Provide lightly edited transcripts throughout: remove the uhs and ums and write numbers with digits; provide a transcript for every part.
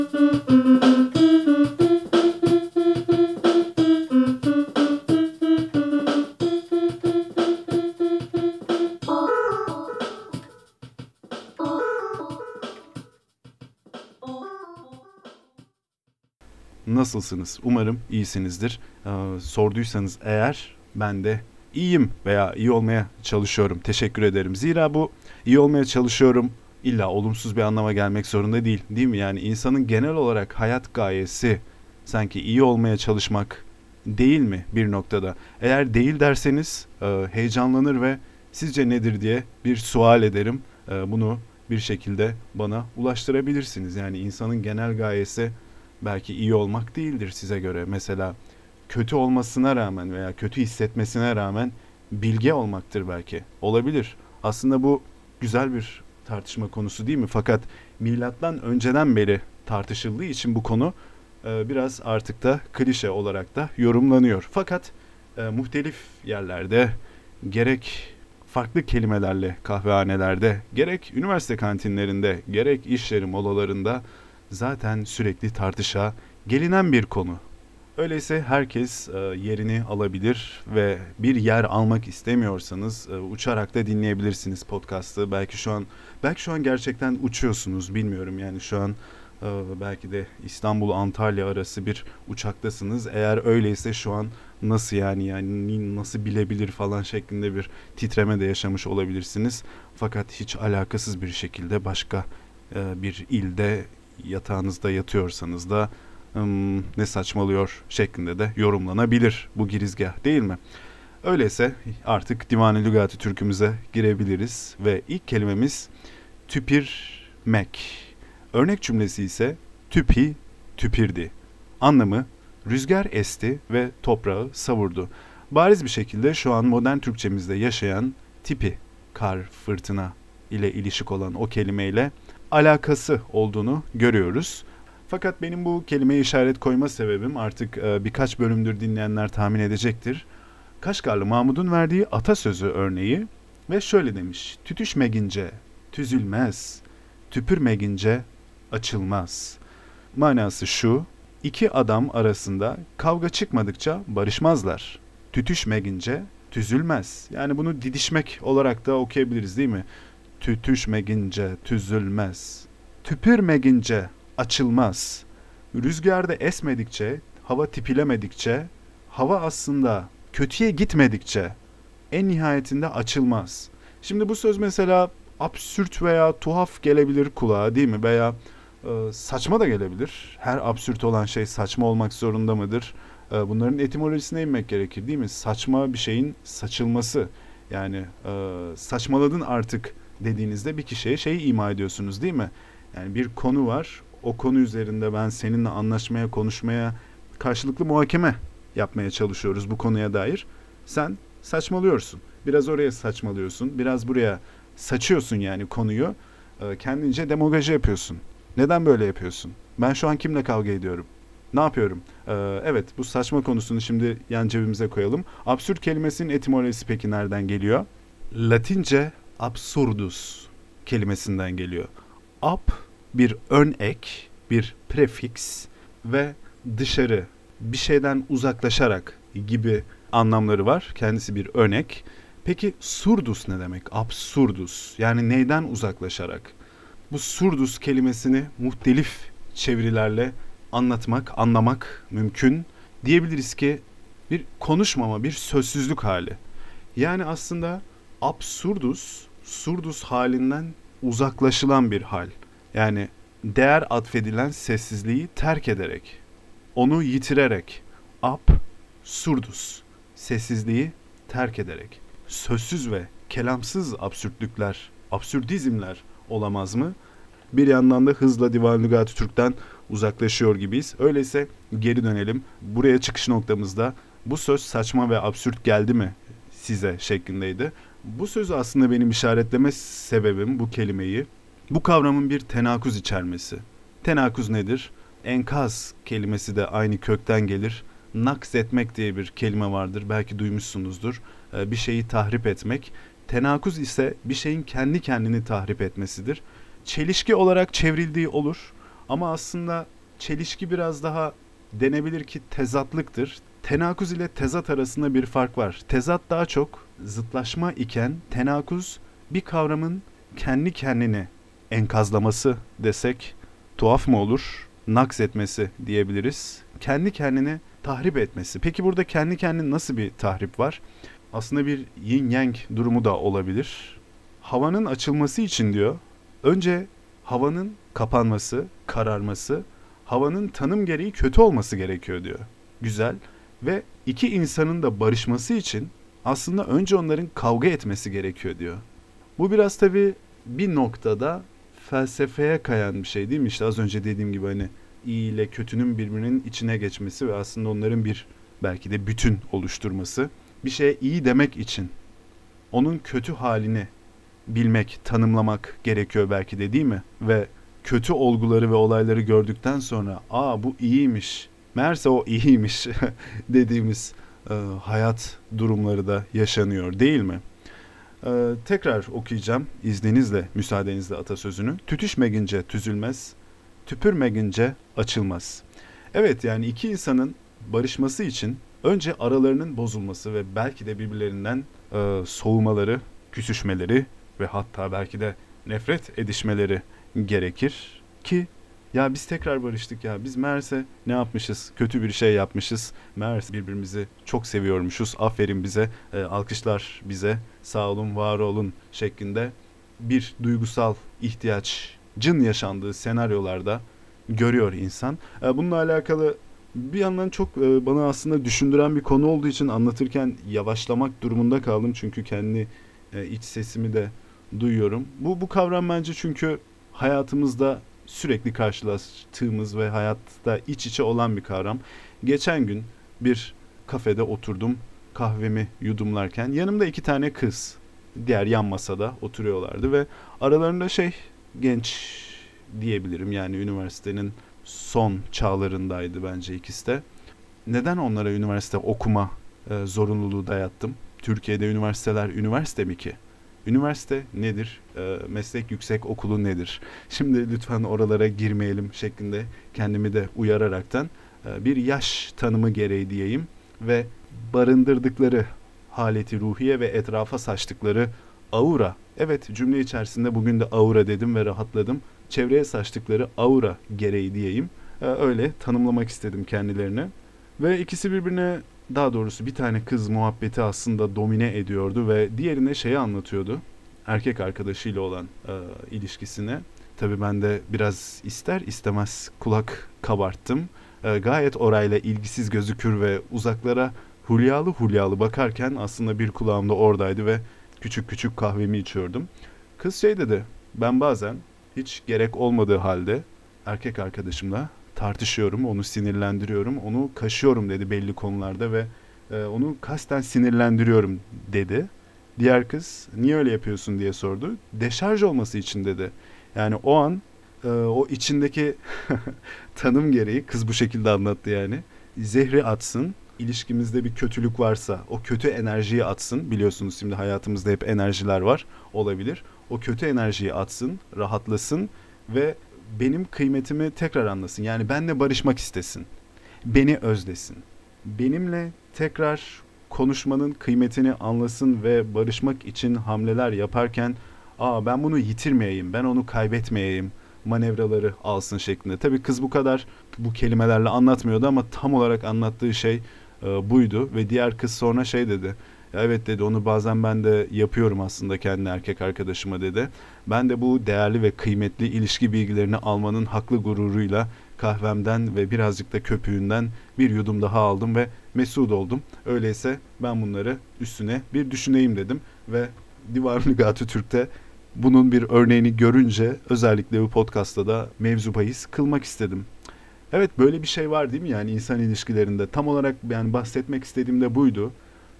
Nasılsınız? Umarım iyisinizdir. Sorduysanız eğer ben de iyiyim veya iyi olmaya çalışıyorum. Teşekkür ederim. Zira bu iyi olmaya çalışıyorum illa olumsuz bir anlama gelmek zorunda değil. Değil mi? Yani insanın genel olarak hayat gayesi sanki iyi olmaya çalışmak değil mi bir noktada? Eğer değil derseniz heyecanlanır ve sizce nedir diye bir sual ederim. Bunu bir şekilde bana ulaştırabilirsiniz. Yani insanın genel gayesi belki iyi olmak değildir size göre. Mesela kötü olmasına rağmen veya kötü hissetmesine rağmen bilge olmaktır belki. Olabilir. Aslında bu güzel bir tartışma konusu değil mi? Fakat milattan önceden beri tartışıldığı için bu konu biraz artık da klişe olarak da yorumlanıyor. Fakat muhtelif yerlerde gerek farklı kelimelerle kahvehanelerde, gerek üniversite kantinlerinde, gerek iş yeri molalarında zaten sürekli tartışa gelinen bir konu. Öyleyse herkes yerini alabilir ve bir yer almak istemiyorsanız uçarak da dinleyebilirsiniz podcast'ı. Belki şu an gerçekten uçuyorsunuz, bilmiyorum yani şu an belki de İstanbul Antalya arası bir uçaktasınız. Eğer öyleyse şu an nasıl yani nasıl bilebilir falan şeklinde bir titreme de yaşamış olabilirsiniz. Fakat hiç alakasız bir şekilde başka bir ilde yatağınızda yatıyorsanız da ne saçmalıyor şeklinde de yorumlanabilir bu girizgah, değil mi? Öyleyse artık Divan-ı Lügat-ı Türk'ümüze girebiliriz ve ilk kelimemiz tüpirmek. Örnek cümlesi ise tüpi tüpirdi. Anlamı rüzgar esti ve toprağı savurdu. Bariz bir şekilde şu an modern Türkçemizde yaşayan tipi, kar, fırtına ile ilişik olan o kelimeyle alakası olduğunu görüyoruz. Fakat benim bu kelimeye işaret koyma sebebim artık birkaç bölümdür dinleyenler tahmin edecektir. Kaşgarlı Mahmud'un verdiği atasözü örneği ve şöyle demiş: tütüşmegince tüzülmez, tüpürmegince açılmaz. Manası şu: iki adam arasında kavga çıkmadıkça barışmazlar. Tütüşmegince tüzülmez. Yani bunu didişmek olarak da okuyabiliriz, değil mi? Tütüşmegince tüzülmez. Tüpürmegince açılmaz. Rüzgarda esmedikçe, hava tipilemedikçe, hava aslında kötüye gitmedikçe en nihayetinde açılmaz. Şimdi bu söz mesela absürt veya tuhaf gelebilir kulağa, değil mi? Veya saçma da gelebilir. Her absürt olan şey saçma olmak zorunda mıdır? Bunların etimolojisine inmek gerekir, değil mi? Saçma bir şeyin saçılması. Yani saçmaladın artık dediğinizde bir kişiye şeyi ima ediyorsunuz, değil mi? Yani bir konu var. O konu üzerinde ben seninle anlaşmaya, konuşmaya, karşılıklı muhakeme yapmaya çalışıyoruz bu konuya dair. Sen saçmalıyorsun. Biraz oraya saçmalıyorsun. Biraz buraya saçıyorsun yani konuyu. Kendince demagoji yapıyorsun. Neden böyle yapıyorsun? Ben şu an kimle kavga ediyorum? Ne yapıyorum? Evet, bu saçma konusunu şimdi yan cebimize koyalım. Absürt kelimesinin etimolojisi peki nereden geliyor? Latince absurdus kelimesinden geliyor. Ab bir ön ek, bir prefiks ve dışarı, bir şeyden uzaklaşarak gibi anlamları var. Kendisi bir örnek. Peki surdus ne demek? Absurdus. Yani neyden uzaklaşarak? Bu surdus kelimesini muhtelif çevirilerle anlatmak, anlamak mümkün. Diyebiliriz ki bir konuşmama, bir sözsüzlük hali. Yani aslında absurdus, surdus halinden uzaklaşılan bir hal. Yani değer atfedilen sessizliği terk ederek, onu yitirerek, absurdus, sessizliği terk ederek. Sözsüz ve kelamsız absürtlükler, absürdizmler olamaz mı? Bir yandan da hızla Divan Lügat-ı Türk'ten uzaklaşıyor gibiyiz. Öyleyse geri dönelim. Buraya çıkış noktamızda bu söz saçma ve absürt geldi mi size şeklindeydi. Bu sözü aslında benim işaretleme sebebim, bu kelimeyi, bu kavramın bir tenakuz içermesi. Tenakuz nedir? Enkaz kelimesi de aynı kökten gelir. Nakz etmek diye bir kelime vardır. Belki duymuşsunuzdur. Bir şeyi tahrip etmek. Tenakuz ise bir şeyin kendi kendini tahrip etmesidir. Çelişki olarak çevrildiği olur. Ama aslında çelişki biraz daha denebilir ki tezatlıktır. Tenakuz ile tezat arasında bir fark var. Tezat daha çok zıtlaşma iken tenakuz bir kavramın kendi kendini enkazlaması desek tuhaf mı olur? Naks etmesi diyebiliriz. Kendi kendini tahrip etmesi. Peki burada kendi kendine nasıl bir tahrip var? Aslında bir yin yang durumu da olabilir. Havanın açılması için diyor, önce havanın kapanması, kararması, havanın tanım gereği kötü olması gerekiyor diyor. Güzel. Ve iki insanın da barışması için aslında önce onların kavga etmesi gerekiyor diyor. Bu biraz tabii bir noktada felsefeye kayan bir şey değil mi? İşte az önce dediğim gibi hani iyi ile kötünün birbirinin içine geçmesi ve aslında onların bir belki de bütün oluşturması. Bir şeye iyi demek için onun kötü halini bilmek, tanımlamak gerekiyor belki de değil mi? Ve kötü olguları ve olayları gördükten sonra bu iyiymiş, meğerse o iyiymiş dediğimiz hayat durumları da yaşanıyor değil mi? Tekrar okuyacağım izninizle, müsaadenizle atasözünü. Tütüşmegince tüzülmez, tüpürmegince açılmaz. Evet, yani iki insanın barışması için önce aralarının bozulması ve belki de birbirlerinden soğumaları, küsüşmeleri ve hatta belki de nefret edişmeleri gerekir ki ya biz tekrar barıştık, ya biz meğerse ne yapmışız, kötü bir şey yapmışız, meğerse birbirimizi çok seviyormuşuz, aferin bize, alkışlar bize, sağ olun var olun şeklinde bir duygusal ihtiyacın yaşandığı senaryolarda görüyor insan. Bununla alakalı bir yandan çok bana aslında düşündüren bir konu olduğu için anlatırken yavaşlamak durumunda kaldım. Çünkü kendi iç sesimi de duyuyorum. Bu kavram bence çünkü hayatımızda sürekli karşılaştığımız ve hayatta iç içe olan bir kavram. Geçen gün bir kafede oturdum, kahvemi yudumlarken yanımda iki tane kız diğer yan masada oturuyorlardı ve aralarında genç diyebilirim, yani üniversitenin son çağlarındaydı bence ikisi de. Neden onlara üniversite okuma zorunluluğu dayattım? Türkiye'de üniversiteler üniversite mi ki? Üniversite nedir? Meslek yüksek okulu nedir? Şimdi lütfen oralara girmeyelim şeklinde kendimi de uyararaktan bir yaş tanımı gereği diyeyim ve barındırdıkları haleti ruhiye ve etrafa saçtıkları aura. Evet, cümle içerisinde bugün de aura dedim ve rahatladım. Çevreye saçtıkları aura gereği diyeyim. Öyle tanımlamak istedim kendilerini. Ve ikisi birbirine, daha doğrusu bir tane kız muhabbeti aslında domine ediyordu ve diğerine şeyi anlatıyordu. Erkek arkadaşıyla olan ilişkisine. Tabii ben de biraz ister istemez kulak kabarttım. Gayet orayla ilgisiz gözükür ve uzaklara hulyalı hulyalı bakarken aslında bir kulağım da oradaydı ve küçük küçük kahvemi içiyordum. Kız dedi, ben bazen hiç gerek olmadığı halde erkek arkadaşımla tartışıyorum, onu sinirlendiriyorum, onu kaşıyorum dedi belli konularda ve onu kasten sinirlendiriyorum dedi. Diğer kız niye öyle yapıyorsun diye sordu. Deşarj olması için dedi. Yani o an o içindeki tanım gereği kız bu şekilde anlattı yani. Zehri atsın, ilişkimizde bir kötülük varsa o kötü enerjiyi atsın. Biliyorsunuz şimdi hayatımızda hep enerjiler var, olabilir. O kötü enerjiyi atsın, rahatlasın ve benim kıymetimi tekrar anlasın. Yani benimle barışmak istesin. Beni özlesin. Benimle tekrar konuşmanın kıymetini anlasın ve barışmak için hamleler yaparken ben bunu yitirmeyeyim, ben onu kaybetmeyeyim manevraları alsın şeklinde. Tabii kız bu kadar bu kelimelerle anlatmıyordu ama tam olarak anlattığı şey buydu ve diğer kız sonra dedi. Evet dedi, onu bazen ben de yapıyorum aslında kendi erkek arkadaşıma dedi. Ben de bu değerli ve kıymetli ilişki bilgilerini almanın haklı gururuyla kahvemden ve birazcık da köpüğünden bir yudum daha aldım ve mesut oldum. Öyleyse ben bunları üstüne bir düşüneyim dedim ve Divan Lügatı Türk'te bunun bir örneğini görünce özellikle bu podcast'ta da mevzu bahis kılmak istedim. Evet, böyle bir şey var değil mi, yani insan ilişkilerinde tam olarak yani bahsetmek istediğim de buydu.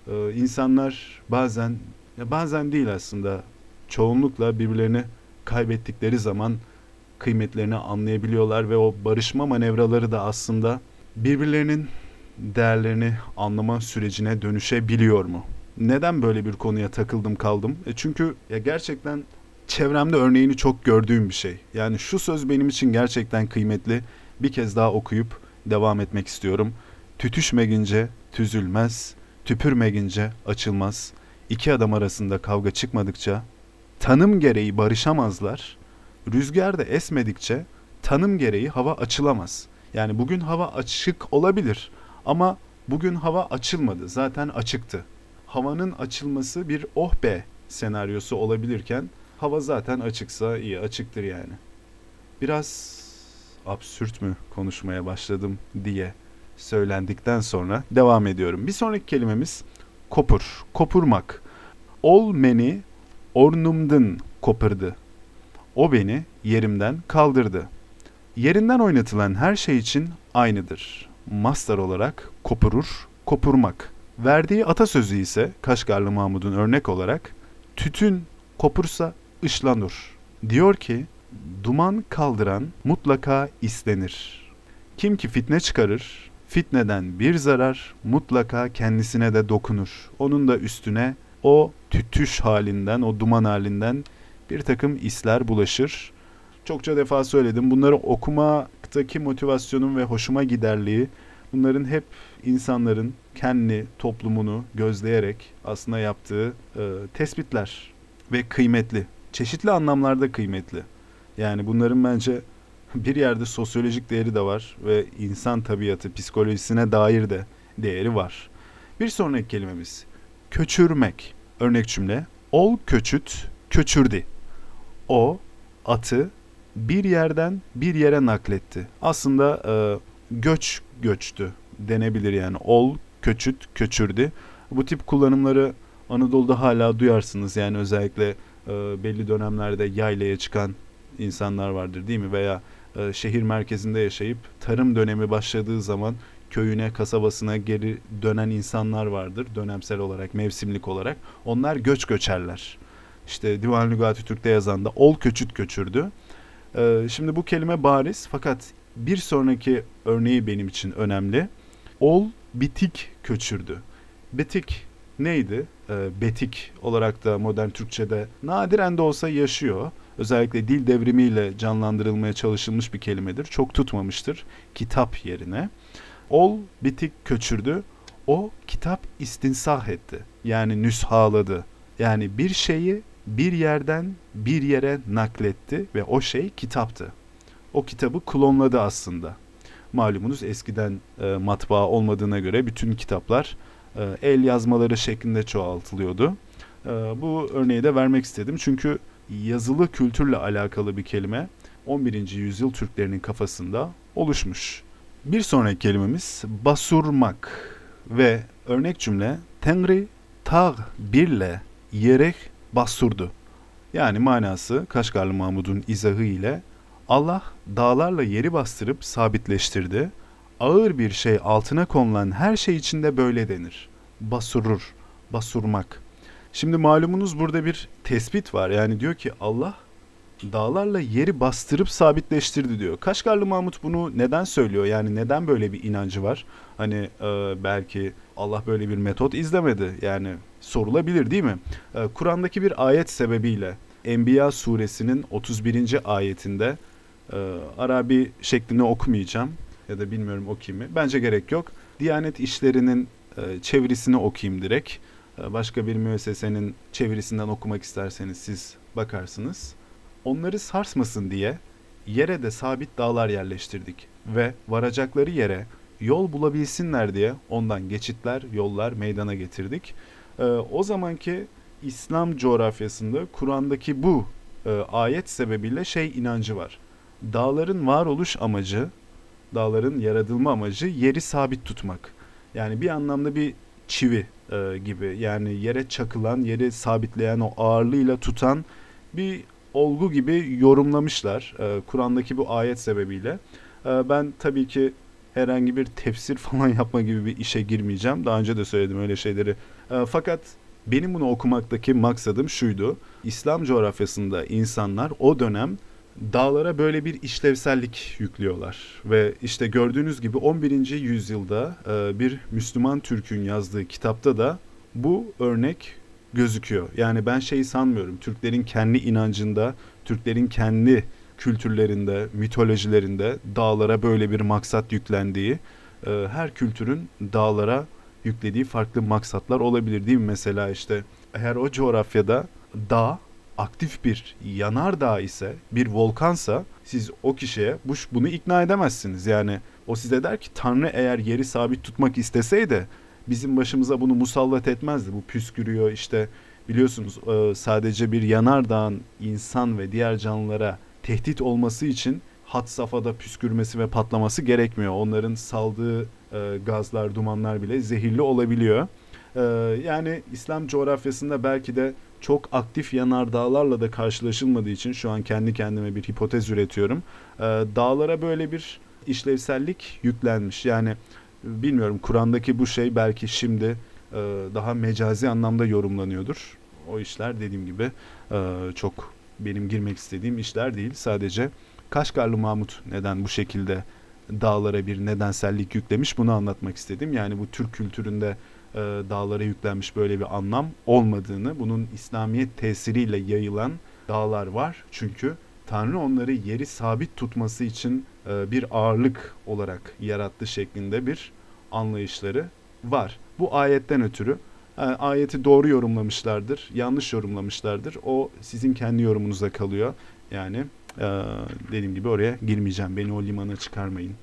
İnsanlar bazen, ya bazen değil aslında, çoğunlukla birbirlerini kaybettikleri zaman kıymetlerini anlayabiliyorlar ve o barışma manevraları da aslında birbirlerinin değerlerini anlama sürecine dönüşebiliyor mu? Neden böyle bir konuya takıldım kaldım? Çünkü ya gerçekten çevremde örneğini çok gördüğüm bir şey. Yani şu söz benim için gerçekten kıymetli. Bir kez daha okuyup devam etmek istiyorum. Tütüşmegince tüzülmez, tüpürmegince açılmaz. İki adam arasında kavga çıkmadıkça tanım gereği barışamazlar. Rüzgar da esmedikçe tanım gereği hava açılamaz. Yani bugün hava açık olabilir ama bugün hava açılmadı. Zaten açıktı. Havanın açılması bir oh be senaryosu olabilirken hava zaten açıksa iyi açıktır yani. Biraz absürt mü konuşmaya başladım diye söylendikten sonra devam ediyorum. Bir sonraki kelimemiz kopur, kopurmak. Ol meni ornumdun kopırdı. O beni yerimden kaldırdı. Yerinden oynatılan her şey için aynıdır. Mastar olarak kopurur, kopurmak. Verdiği atasözü ise Kaşgarlı Mahmud'un örnek olarak tütün kopursa ışlanır. Diyor ki duman kaldıran mutlaka islenir. Kim ki fitne çıkarır, fitneden bir zarar mutlaka kendisine de dokunur. Onun da üstüne o tütüş halinden, o duman halinden bir takım isler bulaşır. Çokça defa söyledim. Bunları okumaktaki motivasyonum ve hoşuma giderliği bunların hep insanların kendi toplumunu gözleyerek aslında yaptığı tespitler ve kıymetli. Çeşitli anlamlarda kıymetli. Yani bunların bence bir yerde sosyolojik değeri de var ve insan tabiatı, psikolojisine dair de değeri var. Bir sonraki kelimemiz köçürmek. Örnek cümle. Ol köçüt, köçürdü. O atı bir yerden bir yere nakletti. Aslında göçtü denebilir yani. Ol, köçüt, köçürdü. Bu tip kullanımları Anadolu'da hala duyarsınız. Yani özellikle belli dönemlerde yaylaya çıkan insanlar vardır değil mi? Veya şehir merkezinde yaşayıp tarım dönemi başladığı zaman köyüne, kasabasına geri dönen insanlar vardır. Dönemsel olarak, mevsimlik olarak. Onlar göçerler. İşte Divan Lügati Türk'te yazan da ol köçüt köçürdü. Şimdi bu kelime bariz fakat bir sonraki örneği benim için önemli. Ol bitik köçürdü. Bitik neydi? Betik olarak da modern Türkçe'de nadiren de olsa yaşıyor. Özellikle dil devrimiyle canlandırılmaya çalışılmış bir kelimedir. Çok tutmamıştır kitap yerine. Ol bitik köçürdü. O kitap istinsah etti. Yani nüshaladı. Yani bir şeyi bir yerden bir yere nakletti ve o şey kitaptı. O kitabı klonladı aslında. Malumunuz eskiden matbaa olmadığına göre bütün kitaplar el yazmaları şeklinde çoğaltılıyordu. Bu örneği de vermek istedim çünkü yazılı kültürle alakalı bir kelime 11. yüzyıl Türklerinin kafasında oluşmuş. Bir sonraki kelimemiz basurmak ve örnek cümle Tengri tağ birle yerek basurdu. Yani manası Kaşgarlı Mahmud'un izahı ile Allah dağlarla yeri bastırıp sabitleştirdi. Ağır bir şey altına konulan her şey içinde böyle denir. Basurur, basurmak. Şimdi malumunuz burada bir tespit var. Yani diyor ki Allah dağlarla yeri bastırıp sabitleştirdi diyor. Kaşgarlı Mahmut bunu neden söylüyor? Yani neden böyle bir inancı var? Hani belki Allah böyle bir metot izlemedi. Yani sorulabilir değil mi? Kur'an'daki bir ayet sebebiyle Enbiya suresinin 31. ayetinde Arabi şeklini okumayacağım ya da bilmiyorum okuyayım mı? Bence gerek yok. Diyanet İşleri'nin çevirisini okuyayım direkt. Başka bir müessesenin çevirisinden okumak isterseniz siz bakarsınız. Onları sarsmasın diye yere de sabit dağlar yerleştirdik ve varacakları yere yol bulabilsinler diye ondan geçitler, yollar meydana getirdik. O zamanki İslam coğrafyasında Kur'an'daki bu ayet sebebiyle inancı var. Dağların varoluş amacı, dağların yaratılma amacı yeri sabit tutmak. Yani bir anlamda bir çivi gibi yani yere çakılan, yeri sabitleyen o ağırlığıyla tutan bir olgu gibi yorumlamışlar Kur'an'daki bu ayet sebebiyle. Ben tabii ki herhangi bir tefsir falan yapma gibi bir işe girmeyeceğim. Daha önce de söyledim öyle şeyleri. Fakat benim bunu okumaktaki maksadım şuydu. İslam coğrafyasında insanlar o dönem dağlara böyle bir işlevsellik yüklüyorlar. Ve işte gördüğünüz gibi 11. yüzyılda bir Müslüman Türk'ün yazdığı kitapta da bu örnek gözüküyor. Yani ben şeyi sanmıyorum. Türklerin kendi inancında, Türklerin kendi kültürlerinde, mitolojilerinde dağlara böyle bir maksat yüklendiği, her kültürün dağlara yüklediği farklı maksatlar olabilir değil mi? Mesela işte eğer o coğrafyada dağ aktif bir yanardağ ise, bir volkansa siz o kişiye bunu ikna edemezsiniz. Yani o size der ki Tanrı eğer yeri sabit tutmak isteseydi bizim başımıza bunu musallat etmezdi. Bu püskürüyor işte, biliyorsunuz sadece bir yanardağın insan ve diğer canlılara tehdit olması için had safhada püskürmesi ve patlaması gerekmiyor. Onların saldığı gazlar, dumanlar bile zehirli olabiliyor. Yani İslam coğrafyasında belki de çok aktif yanardağlarla da karşılaşılmadığı için şu an kendi kendime bir hipotez üretiyorum. Dağlara böyle bir işlevsellik yüklenmiş. Yani bilmiyorum, Kur'an'daki bu şey belki şimdi daha mecazi anlamda yorumlanıyordur. O işler dediğim gibi çok benim girmek istediğim işler değil. Sadece Kaşgarlı Mahmut neden bu şekilde dağlara bir nedensellik yüklemiş, bunu anlatmak istedim. Yani bu Türk kültüründe dağlara yüklenmiş böyle bir anlam olmadığını, bunun İslamiyet tesiriyle yayılan dağlar var. Çünkü Tanrı onları yeri sabit tutması için bir ağırlık olarak yarattı şeklinde bir anlayışları var. Bu ayetten ötürü ayeti doğru yorumlamışlardır, yanlış yorumlamışlardır. O sizin kendi yorumunuza kalıyor. Yani dediğim gibi oraya girmeyeceğim. Beni o limana çıkarmayın.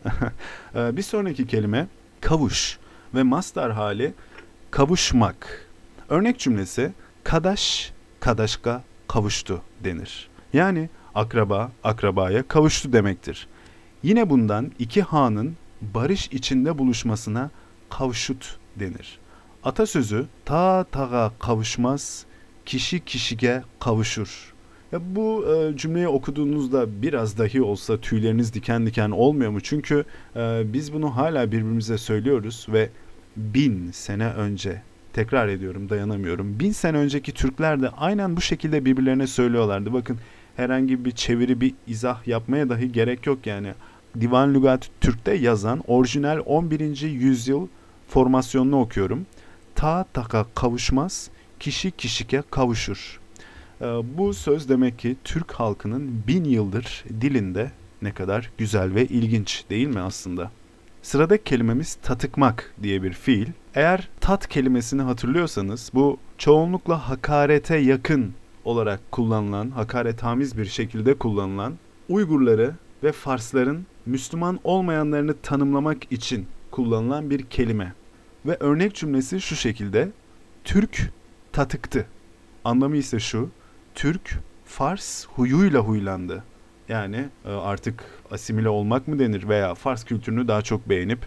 Bir sonraki kelime kavuş ve mastar hali kavuşmak. Örnek cümlesi kadaş kadaşka kavuştu denir. Yani akraba akrabaya kavuştu demektir. Yine bundan iki hanın barış içinde buluşmasına kavşut denir. Atasözü ta tağa kavuşmaz, kişi kişige kavuşur. Ya bu cümleyi okuduğunuzda biraz dahi olsa tüyleriniz diken diken olmuyor mu? Çünkü biz bunu hala birbirimize söylüyoruz ve 1000 sene önce, tekrar ediyorum dayanamıyorum, 1000 sene önceki Türkler de aynen bu şekilde birbirlerine söylüyorlardı. Bakın, herhangi bir çeviri, bir izah yapmaya dahi gerek yok yani. Divan Lügat Türk'te yazan orijinal 11. yüzyıl formasyonunu okuyorum. Ta taka kavuşmaz, kişi kişike kavuşur. Bu söz demek ki Türk halkının 1000 yıldır dilinde. Ne kadar güzel ve ilginç değil mi aslında? Sıradaki kelimemiz tatıkmak diye bir fiil. Eğer tat kelimesini hatırlıyorsanız bu çoğunlukla hakarete yakın olarak kullanılan, hakaretamiz bir şekilde kullanılan, Uygurları ve Farsların Müslüman olmayanlarını tanımlamak için kullanılan bir kelime. Ve örnek cümlesi şu şekilde: Türk tatıktı. Anlamı ise şu: Türk Fars huyuyla huylandı. Yani artık asimile olmak mı denir veya Fars kültürünü daha çok beğenip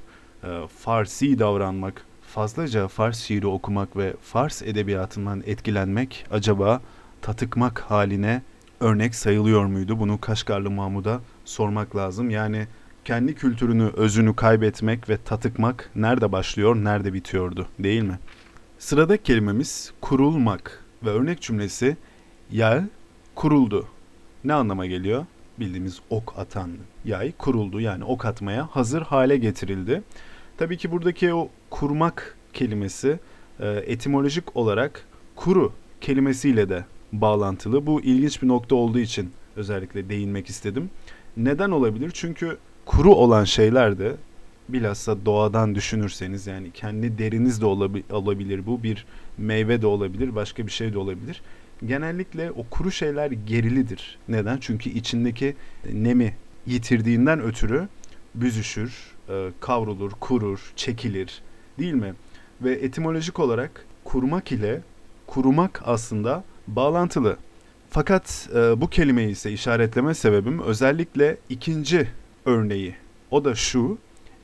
Farsi davranmak, fazlaca Fars şiiri okumak ve Fars edebiyatından etkilenmek acaba tatıkmak haline örnek sayılıyor muydu? Bunu Kaşgarlı Mahmud'a sormak lazım. Yani kendi kültürünü, özünü kaybetmek ve tatıkmak nerede başlıyor, nerede bitiyordu, değil mi? Sıradaki kelimemiz kurulmak ve örnek cümlesi yağ kuruldu. Ne anlama geliyor? Bildiğimiz ok atan yay kuruldu, yani ok atmaya hazır hale getirildi. Tabii ki buradaki o kurmak kelimesi etimolojik olarak kuru kelimesiyle de bağlantılı. Bu ilginç bir nokta olduğu için özellikle değinmek istedim. Neden olabilir? Çünkü kuru olan şeyler de, bilhassa doğadan düşünürseniz, yani kendi deriniz de olabilir, bu bir meyve de olabilir, başka bir şey de olabilir. Genellikle o kuru şeyler gerilidir. Neden? Çünkü içindeki nemi yitirdiğinden ötürü büzüşür, kavrulur, kurur, çekilir, değil mi? Ve etimolojik olarak kurmak ile kurumak aslında bağlantılı. Fakat bu kelimeyi ise işaretleme sebebim özellikle ikinci örneği. O da şu: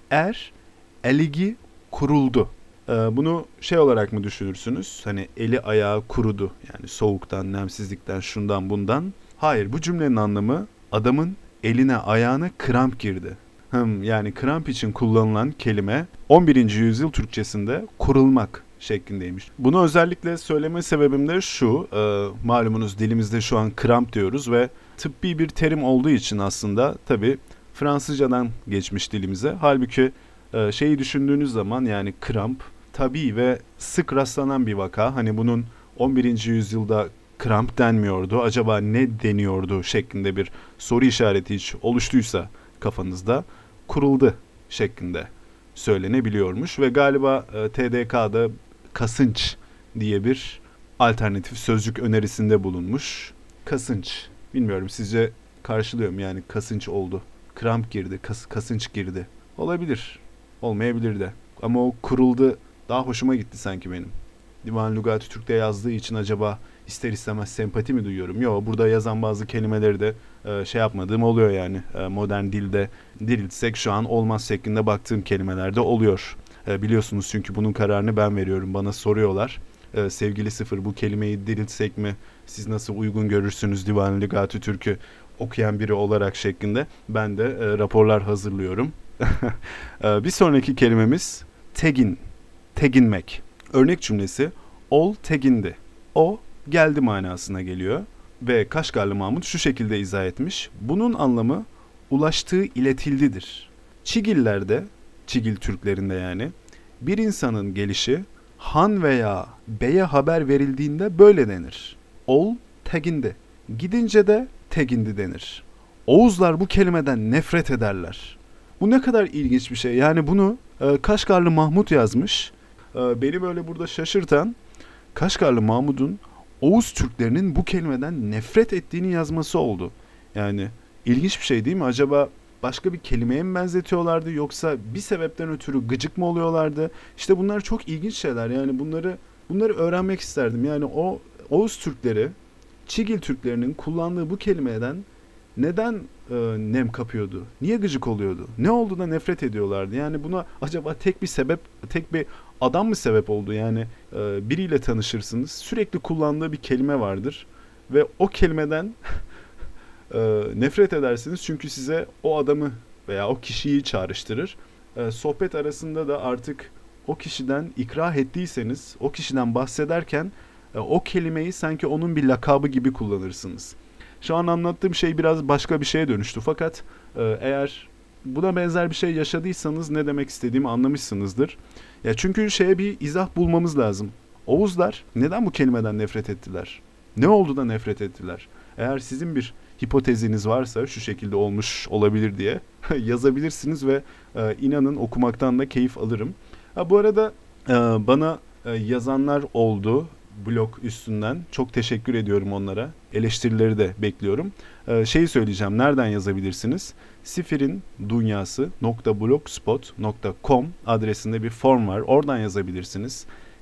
eligi kuruldu. Bunu şey olarak mı düşünürsünüz? Hani eli ayağı kurudu. Yani soğuktan, nemsizlikten, şundan bundan. Hayır, bu cümlenin anlamı adamın eline ayağına kramp girdi. Yani kramp için kullanılan kelime 11. yüzyıl Türkçesinde kurulmak şeklindeymiş. Bunu özellikle söyleme sebebim de şu: malumunuz dilimizde şu an kramp diyoruz ve tıbbi bir terim olduğu için aslında tabii Fransızcadan geçmiş dilimize. Halbuki şeyi düşündüğünüz zaman, yani kramp tabii ve sık rastlanan bir vaka. Hani bunun 11. yüzyılda kramp denmiyordu, acaba ne deniyordu şeklinde bir soru işareti hiç oluştuysa kafanızda, kuruldu şeklinde söylenebiliyormuş ve galiba TDK'da kasınç diye bir alternatif sözcük önerisinde bulunmuş. Kasınç. Bilmiyorum, sizce karşılıyor mu? Yani kasınç oldu. Kramp girdi, kasınç girdi. Olabilir. Olmayabilir de. Ama o kuruldu daha hoşuma gitti sanki benim. Divan Lügat-ı Türk'te yazdığı için acaba ister istemez sempati mi duyuyorum? Yok, burada yazan bazı kelimeleri de şey yapmadığım oluyor yani. Modern dilde diriltsek şu an olmaz şeklinde baktığım kelimelerde oluyor. Biliyorsunuz çünkü bunun kararını ben veriyorum. Bana soruyorlar. Sevgili Sıfır, bu kelimeyi diriltsek mi? Siz nasıl uygun görürsünüz Divan Lügat-ı Türk'ü okuyan biri olarak şeklinde. Ben de raporlar hazırlıyorum. Bir sonraki kelimemiz tegin. Teginmek. Örnek cümlesi ol tegindi. O geldi manasına geliyor. Ve Kaşgarlı Mahmut şu şekilde izah etmiş. Bunun anlamı ulaştığı iletildidir. Çigillerde, Çigil Türklerinde yani, bir insanın gelişi han veya beye haber verildiğinde böyle denir. Ol tegindi. Gidince de tegindi denir. Oğuzlar bu kelimeden nefret ederler. Bu ne kadar ilginç bir şey. Yani bunu Kaşgarlı Mahmut yazmış. Beni böyle burada şaşırtan Kaşgarlı Mahmud'un Oğuz Türklerinin bu kelimeden nefret ettiğini yazması oldu. Yani ilginç bir şey değil mi? Acaba başka bir kelimeye mi benzetiyorlardı yoksa bir sebepten ötürü gıcık mı oluyorlardı? İşte bunlar çok ilginç şeyler. Yani bunları öğrenmek isterdim. Yani o Oğuz Türkleri, Çigil Türklerinin kullandığı bu kelimeden neden nem kapıyordu? Niye gıcık oluyordu? Ne oldu da nefret ediyorlardı? Yani buna acaba tek bir sebep, tek bir adam mı sebep oldu? Yani biriyle tanışırsınız, sürekli kullandığı bir kelime vardır ve o kelimeden nefret edersiniz çünkü size o adamı veya o kişiyi çağrıştırır. Sohbet arasında da artık o kişiden ikrah ettiyseniz, o kişiden bahsederken o kelimeyi sanki onun bir lakabı gibi kullanırsınız. Şu an anlattığım şey biraz başka bir şeye dönüştü fakat eğer buna benzer bir şey yaşadıysanız ne demek istediğimi anlamışsınızdır. Ya çünkü şeye bir izah bulmamız lazım. Oğuzlar neden bu kelimeden nefret ettiler? Ne oldu da nefret ettiler? Eğer sizin bir hipoteziniz varsa şu şekilde olmuş olabilir diye yazabilirsiniz ve inanın okumaktan da keyif alırım. Bu arada bana yazanlar oldu blog üstünden. Çok teşekkür ediyorum onlara. Eleştirileri de bekliyorum. Şeyi söyleyeceğim. Nereden yazabilirsiniz? sifirindunyası.blogspot.com adresinde bir form var. Oradan yazabilirsiniz.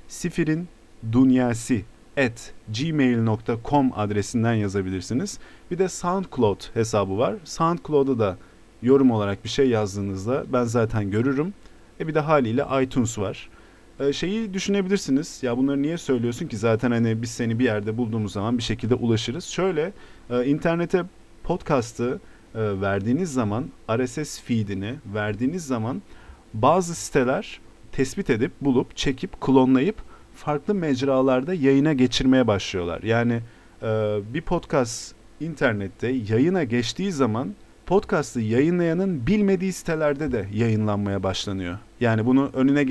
sifirindunyasi@gmail.com adresinden yazabilirsiniz. Bir de SoundCloud hesabı var. SoundCloud'a da yorum olarak bir şey yazdığınızda ben zaten görürüm. Bir de haliyle iTunes var. Şeyi düşünebilirsiniz. Ya bunları niye söylüyorsun ki? Zaten hani biz seni bir yerde bulduğumuz zaman bir şekilde ulaşırız. Şöyle internete podcast'ı verdiğiniz zaman, RSS feed'ini verdiğiniz zaman bazı siteler tespit edip, bulup, çekip, klonlayıp farklı mecralarda yayına geçirmeye başlıyorlar. Yani bir podcast internette yayına geçtiği zaman podcast'ı yayınlayanın bilmediği sitelerde de yayınlanmaya başlanıyor. Yani bunu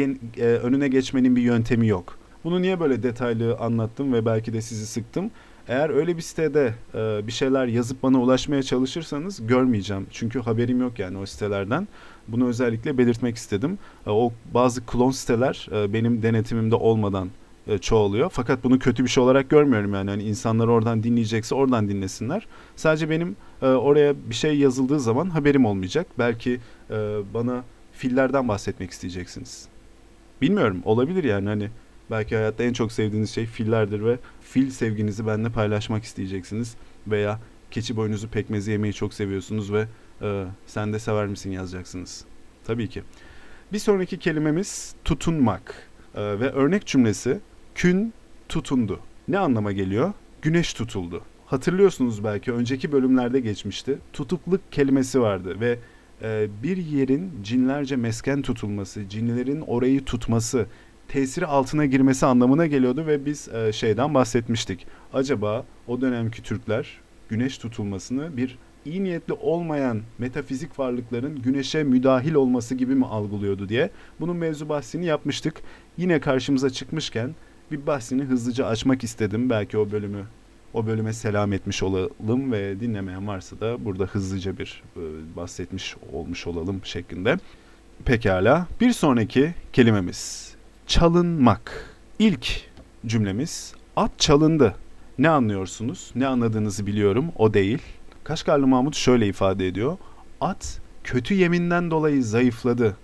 önüne geçmenin bir yöntemi yok. Bunu niye böyle detaylı anlattım ve belki de sizi sıktım? Eğer öyle bir sitede bir şeyler yazıp bana ulaşmaya çalışırsanız görmeyeceğim. Çünkü haberim yok yani o sitelerden. Bunu özellikle belirtmek istedim. O bazı klon siteler benim denetimimde olmadan çoğalıyor. Fakat bunu kötü bir şey olarak görmüyorum yani. Hani insanlar oradan dinleyecekse oradan dinlesinler. Sadece benim oraya bir şey yazıldığı zaman haberim olmayacak. Belki bana fillerden bahsetmek isteyeceksiniz. Bilmiyorum, olabilir yani hani belki hayatta en çok sevdiğiniz şey fillerdir ve fil sevginizi benimle paylaşmak isteyeceksiniz. Veya keçi boynuzu pekmezi yemeyi çok seviyorsunuz ve sen de sever misin yazacaksınız. Tabii ki. Bir sonraki kelimemiz tutunmak ve örnek cümlesi kün tutundu. Ne anlama geliyor? Güneş tutuldu. Hatırlıyorsunuz belki önceki bölümlerde geçmişti. Tutukluk kelimesi vardı ve bir yerin cinlerce mesken tutulması, cinlerin orayı tutması, tesiri altına girmesi anlamına geliyordu ve biz şeyden bahsetmiştik. Acaba o dönemki Türkler güneş tutulmasını bir iyi niyetli olmayan metafizik varlıkların güneşe müdahil olması gibi mi algılıyordu diye. Bunun mevzu bahsini yapmıştık. Yine karşımıza çıkmışken bir bahsini hızlıca açmak istedim. Belki o bölüme selam etmiş olalım ve dinlemeyen varsa da burada hızlıca bir bahsetmiş olmuş olalım şeklinde. Pekala. Bir sonraki kelimemiz çalınmak. İlk cümlemiz at çalındı. Ne anlıyorsunuz? Ne anladığınızı biliyorum. O değil. Kaşgarlı Mahmut şöyle ifade ediyor. At kötü yeminden dolayı zayıfladı.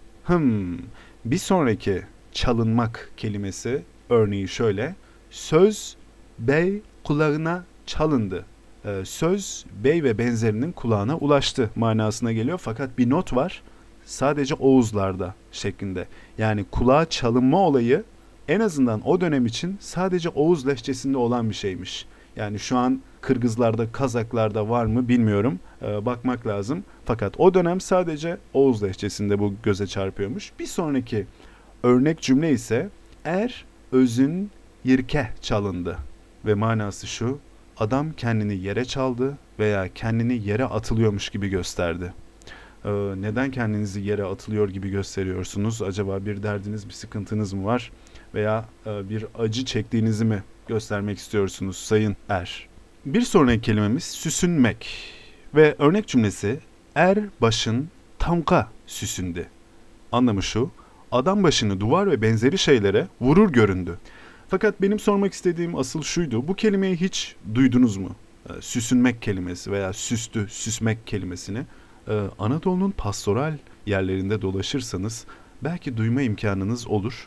Bir sonraki çalınmak kelimesi örneği şöyle. Söz bey kulağına çalındı. Söz bey ve benzerinin kulağına ulaştı manasına geliyor. Fakat bir not var. Sadece Oğuzlarda şeklinde. Yani kulağa çalınma olayı en azından o dönem için sadece Oğuz lehçesinde olan bir şeymiş. Yani şu an Kırgızlarda, Kazaklarda var mı bilmiyorum. Bakmak lazım. Fakat o dönem sadece Oğuz lehçesinde bu göze çarpıyormuş. Bir sonraki örnek cümle ise özün yirke çalındı. Ve manası şu: adam kendini yere çaldı veya kendini yere atılıyormuş gibi gösterdi. Neden kendinizi yere atılıyor gibi gösteriyorsunuz? Acaba bir derdiniz, bir sıkıntınız mı var? Veya bir acı çektiğinizi mi göstermek istiyorsunuz sayın er? Bir sonraki kelimemiz süsünmek. Ve örnek cümlesi başın tamka süsündü. Anlamı şu: adam başını duvar ve benzeri şeylere vurur göründü. Fakat benim sormak istediğim asıl şuydu: bu kelimeyi hiç duydunuz mu? Süsünmek kelimesi veya süstü, süsmek kelimesini Anadolu'nun pastoral yerlerinde dolaşırsanız belki duyma imkanınız olur.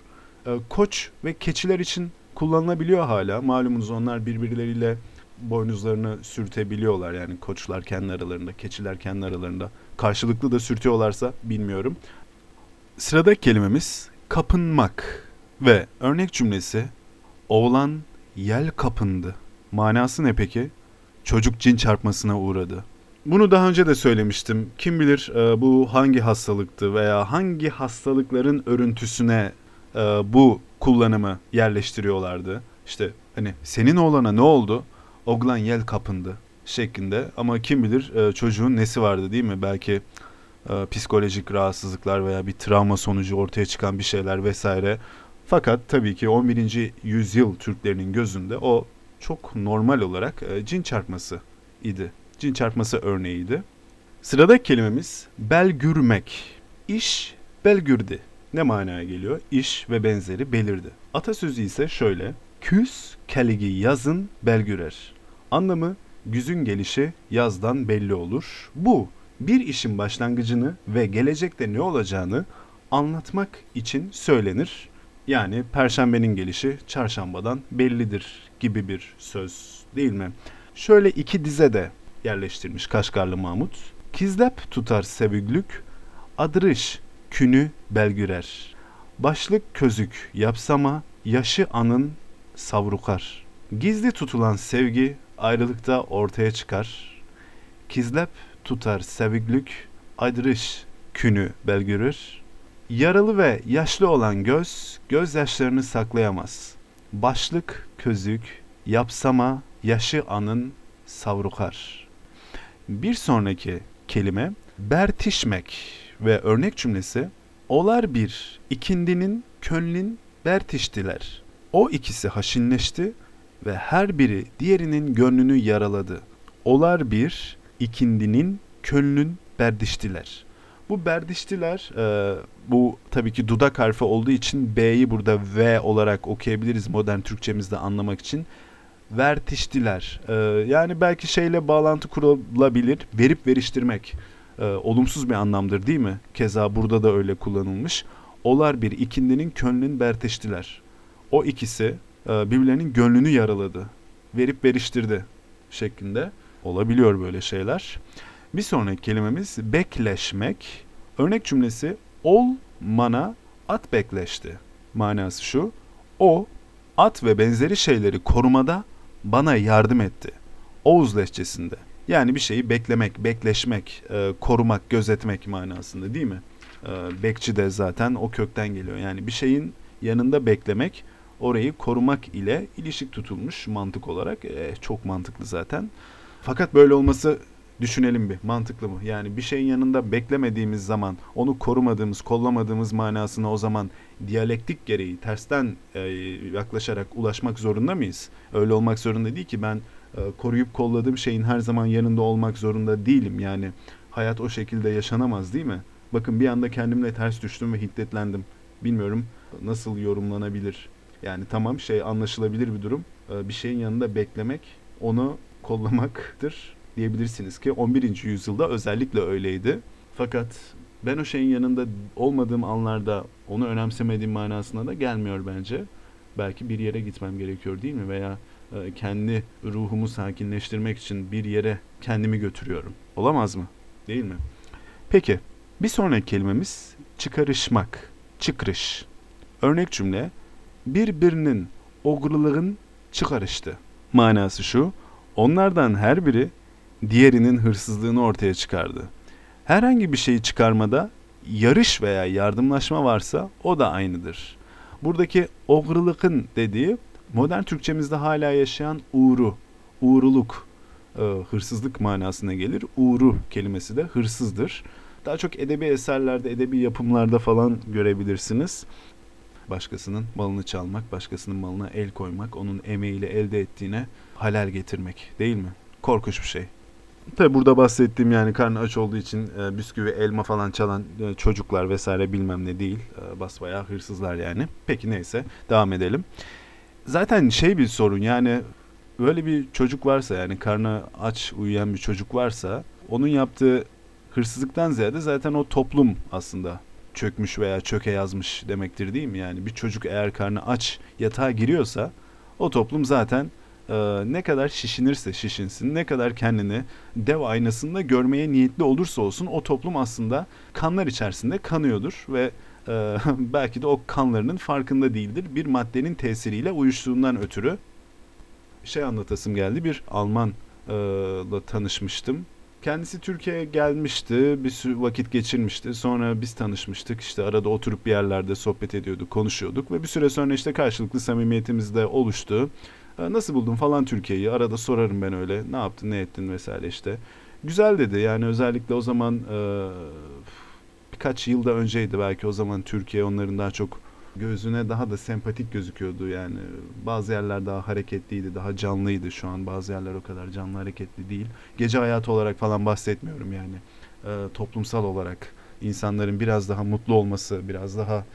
Koç ve keçiler için kullanılabiliyor hala. Malumunuz onlar birbirleriyle boynuzlarını sürtebiliyorlar. Yani koçlar kendi aralarında, keçiler kendi aralarında. Karşılıklı da sürtüyorlarsa bilmiyorum. Sıradaki kelimemiz kapınmak ve örnek cümlesi oğlan yel kapındı. Manası ne peki? Çocuk cin çarpmasına uğradı. Bunu daha önce de söylemiştim. Kim bilir bu hangi hastalıktı veya hangi hastalıkların örüntüsüne bu kullanımı yerleştiriyorlardı. İşte hani senin oğlana ne oldu? Oğlan yel kapındı şeklinde. Ama kim bilir çocuğun nesi vardı, değil mi? Belki psikolojik rahatsızlıklar veya bir travma sonucu ortaya çıkan bir şeyler vesaire. Fakat tabii ki 11. yüzyıl Türklerinin gözünde o çok normal olarak cin çarpması idi. Cin çarpması örneğiydi. Sıradaki kelimemiz belgürmek. İş belgürdi. Ne manaya geliyor? İş ve benzeri belirdi. Atasözü ise şöyle: küs keligi yazın belgürer. Anlamı güzün gelişi yazdan belli olur. Bu bir işin başlangıcını ve gelecekte ne olacağını anlatmak için söylenir. Yani perşembenin gelişi çarşambadan bellidir gibi bir söz, değil mi? Şöyle iki dize de yerleştirmiş Kaşgarlı Mahmut. Kizlep tutar sevüglük, adırış künü belgürer. Başlık közük yapsama, yaşı anın savrukar. Gizli tutulan sevgi ayrılıkta ortaya çıkar. Kizlep tutar sevüglük, adırış künü belgürür. Yaralı ve yaşlı olan göz, gözyaşlarını saklayamaz. Başlık közük yapsama, yaşı anın savrukar. Bir sonraki kelime bertişmek ve örnek cümlesi olar bir ikindinin könlün bertiştiler. O ikisi haşinleşti ve her biri diğerinin gönlünü yaraladı. Olar bir ikindinin könlün berdiştiler. Bu berdiştiler, bu tabii ki dudak harfi olduğu için B'yi burada V olarak okuyabiliriz modern Türkçemizde anlamak için. Vertiştiler. Yani belki şeyle bağlantı kurulabilir. Verip veriştirmek. Olumsuz bir anlamdır, değil mi? Keza burada da öyle kullanılmış. Olar bir ikindinin könlün berteştiler. O ikisi birbirlerinin gönlünü yaraladı. Verip veriştirdi şeklinde. Olabiliyor böyle şeyler. Bir sonraki kelimemiz bekleşmek. Örnek cümlesi ol mana at bekleşti. Manası şu: o at ve benzeri şeyleri korumada bana yardım etti. Oğuz lehçesinde. Yani bir şeyi beklemek, bekleşmek, korumak, gözetmek manasında, değil mi? Bekçi de zaten o kökten geliyor. Yani bir şeyin yanında beklemek, orayı korumak ile ilişik tutulmuş mantık olarak. Çok mantıklı zaten. Fakat böyle olması Düşünelim bir, mantıklı mı? Yani bir şeyin yanında beklemediğimiz zaman, onu korumadığımız, kollamadığımız manasına o zaman diyalektik gereği tersten yaklaşarak ulaşmak zorunda mıyız? Öyle olmak zorunda değil ki, ben koruyup kolladığım şeyin her zaman yanında olmak zorunda değilim. Yani hayat o şekilde yaşanamaz değil mi? Bakın bir anda kendimle ters düştüm ve hiddetlendim. Bilmiyorum nasıl yorumlanabilir. Yani tamam, anlaşılabilir bir durum. Bir şeyin yanında beklemek, onu kollamaktır diyebilirsiniz ki 11. yüzyılda özellikle öyleydi. Fakat ben o şeyin yanında olmadığım anlarda onu önemsemediğim manasına da gelmiyor bence. Belki bir yere gitmem gerekiyor değil mi? Veya kendi ruhumu sakinleştirmek için bir yere kendimi götürüyorum. Olamaz mı? Değil mi? Peki, bir sonraki kelimemiz çıkarışmak, çıkrış. Örnek cümle, birbirinin ogruluğun çıkarıştı. Manası şu, onlardan her biri diğerinin hırsızlığını ortaya çıkardı. Herhangi bir şeyi çıkarmada yarış veya yardımlaşma varsa o da aynıdır. Buradaki ogrılıkın dediği modern Türkçemizde hala yaşayan uğru, uğruluk, hırsızlık manasına gelir. Uğru kelimesi de hırsızdır. Daha çok edebi eserlerde, edebi yapımlarda falan görebilirsiniz. Başkasının malını çalmak, başkasının malına el koymak, onun emeğiyle elde ettiğine halel getirmek değil mi? Korkunç bir şey. Tabi burada bahsettiğim yani karnı aç olduğu için bisküvi, elma falan çalan çocuklar vesaire bilmem ne değil. Basbayağı hırsızlar yani. Peki neyse, devam edelim. Zaten bir sorun yani, böyle bir çocuk varsa, yani karnı aç uyuyan bir çocuk varsa, onun yaptığı hırsızlıktan ziyade zaten o toplum aslında çökmüş veya çöke yazmış demektir değil mi? Yani bir çocuk eğer karnı aç yatağa giriyorsa o toplum zaten ne kadar şişinirse şişinsin, ne kadar kendini dev aynasında görmeye niyetli olursa olsun o toplum aslında kanlar içerisinde kanıyordur ve belki de o kanlarının farkında değildir. Bir maddenin tesiriyle uyuştuğundan ötürü anlatasım geldi. Bir Almanla tanışmıştım. Kendisi Türkiye'ye gelmişti, bir sürü vakit geçirmişti. Sonra biz tanışmıştık. İşte arada oturup bir yerlerde sohbet ediyorduk, konuşuyorduk ve bir süre sonra işte karşılıklı samimiyetimiz de oluştu. Nasıl buldun falan Türkiye'yi? Arada sorarım ben öyle. Ne yaptın, ne ettin vesaire işte. Güzel dedi. Yani özellikle o zaman birkaç yılda önceydi belki, o zaman Türkiye onların daha çok gözüne daha da sempatik gözüküyordu yani. Bazı yerler daha hareketliydi, daha canlıydı. Şu an bazı yerler o kadar canlı, hareketli değil. Gece hayatı olarak falan bahsetmiyorum yani. Toplumsal olarak insanların biraz daha mutlu olması, biraz daha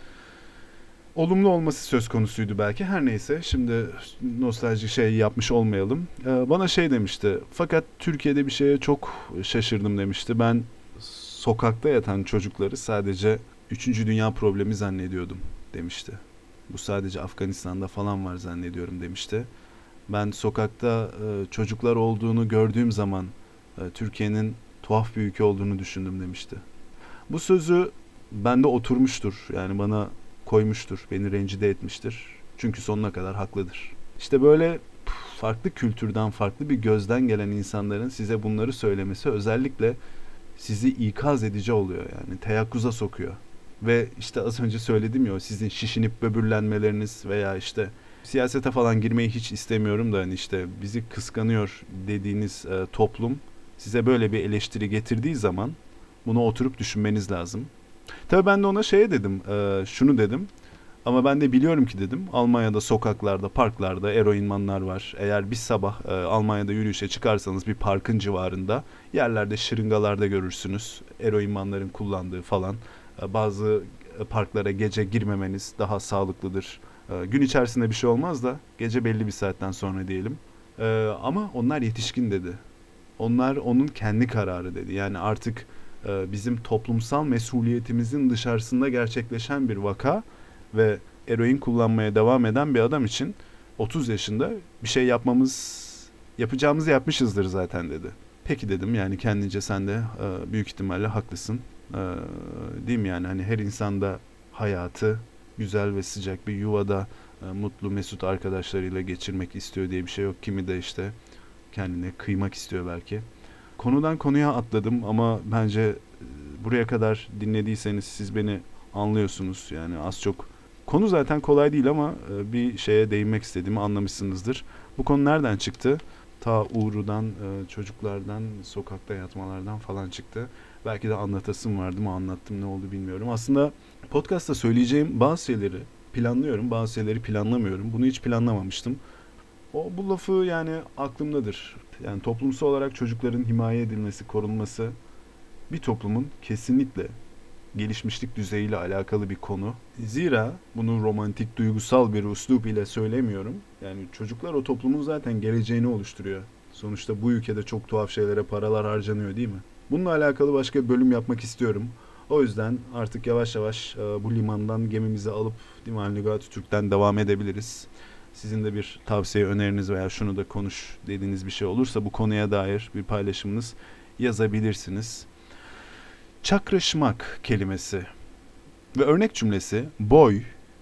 olumlu olması söz konusuydu belki. Her neyse, şimdi nostaljik yapmış olmayalım. Bana demişti. Fakat Türkiye'de bir şeye çok şaşırdım demişti. Ben sokakta yatan çocukları sadece üçüncü dünya problemi zannediyordum demişti. Bu sadece Afganistan'da falan var zannediyorum demişti. Ben sokakta çocuklar olduğunu gördüğüm zaman Türkiye'nin tuhaf bir ülke olduğunu düşündüm demişti. Bu sözü bende oturmuştur. Yani bana koymuştur. Beni rencide etmiştir. Çünkü sonuna kadar haklıdır. İşte böyle farklı kültürden, farklı bir gözden gelen insanların size bunları söylemesi özellikle sizi ikaz edici oluyor yani. Teyakkuza sokuyor. Ve işte az önce söyledim ya, sizin şişinip böbürlenmeleriniz veya işte siyasete falan girmeyi hiç istemiyorum da hani işte bizi kıskanıyor dediğiniz toplum size böyle bir eleştiri getirdiği zaman bunu oturup düşünmeniz lazım. Tabii ben de ona dedim, şunu dedim. Ama ben de biliyorum ki dedim, Almanya'da sokaklarda, parklarda eroinmanlar var. Eğer bir sabah Almanya'da yürüyüşe çıkarsanız bir parkın civarında yerlerde şırıngalarda görürsünüz. Eroinmanların kullandığı falan. Bazı parklara gece girmemeniz daha sağlıklıdır. Gün içerisinde bir şey olmaz da gece belli bir saatten sonra diyelim. Ama onlar yetişkin dedi. Onlar onun kendi kararı dedi. Yani artık bizim toplumsal mesuliyetimizin dışarısında gerçekleşen bir vaka ve eroin kullanmaya devam eden bir adam için 30 yaşında bir şey yapacağımızı yapmışızdır zaten dedi. Peki dedim, yani kendince sen de büyük ihtimalle haklısın. Değil mi yani, hani her insanda hayatı güzel ve sıcak bir yuvada mutlu mesut arkadaşlarıyla geçirmek istiyor diye bir şey yok. Kimi de işte kendine kıymak istiyor belki. Konudan konuya atladım ama bence buraya kadar dinlediyseniz siz beni anlıyorsunuz. Yani az çok konu zaten kolay değil ama bir değinmek istediğimi anlamışsınızdır. Bu konu nereden çıktı? ta Uğur'dan, çocuklardan, sokakta yatmalardan falan çıktı. Belki de anlatasım vardı mı, anlattım, ne oldu bilmiyorum. Aslında podcast'ta söyleyeceğim bazı şeyleri planlıyorum, bazı şeyleri planlamıyorum. Bunu hiç planlamamıştım. Bu lafı yani aklımdadır. Yani toplumsal olarak çocukların himaye edilmesi, korunması bir toplumun kesinlikle gelişmişlik düzeyiyle alakalı bir konu. Zira bunu romantik, duygusal bir üslup ile söylemiyorum. Yani çocuklar o toplumun zaten geleceğini oluşturuyor. Sonuçta bu ülkede çok tuhaf şeylere paralar harcanıyor, değil mi? Bununla alakalı başka bir bölüm yapmak istiyorum. O yüzden artık yavaş yavaş bu limandan gemimizi alıp Divan Lügat-ı Türk'ten devam edebiliriz. Sizin de bir tavsiye, öneriniz veya şunu da konuş dediğiniz bir şey olursa bu konuya dair bir paylaşımınız yazabilirsiniz. Çakrışmak kelimesi ve örnek cümlesi: boy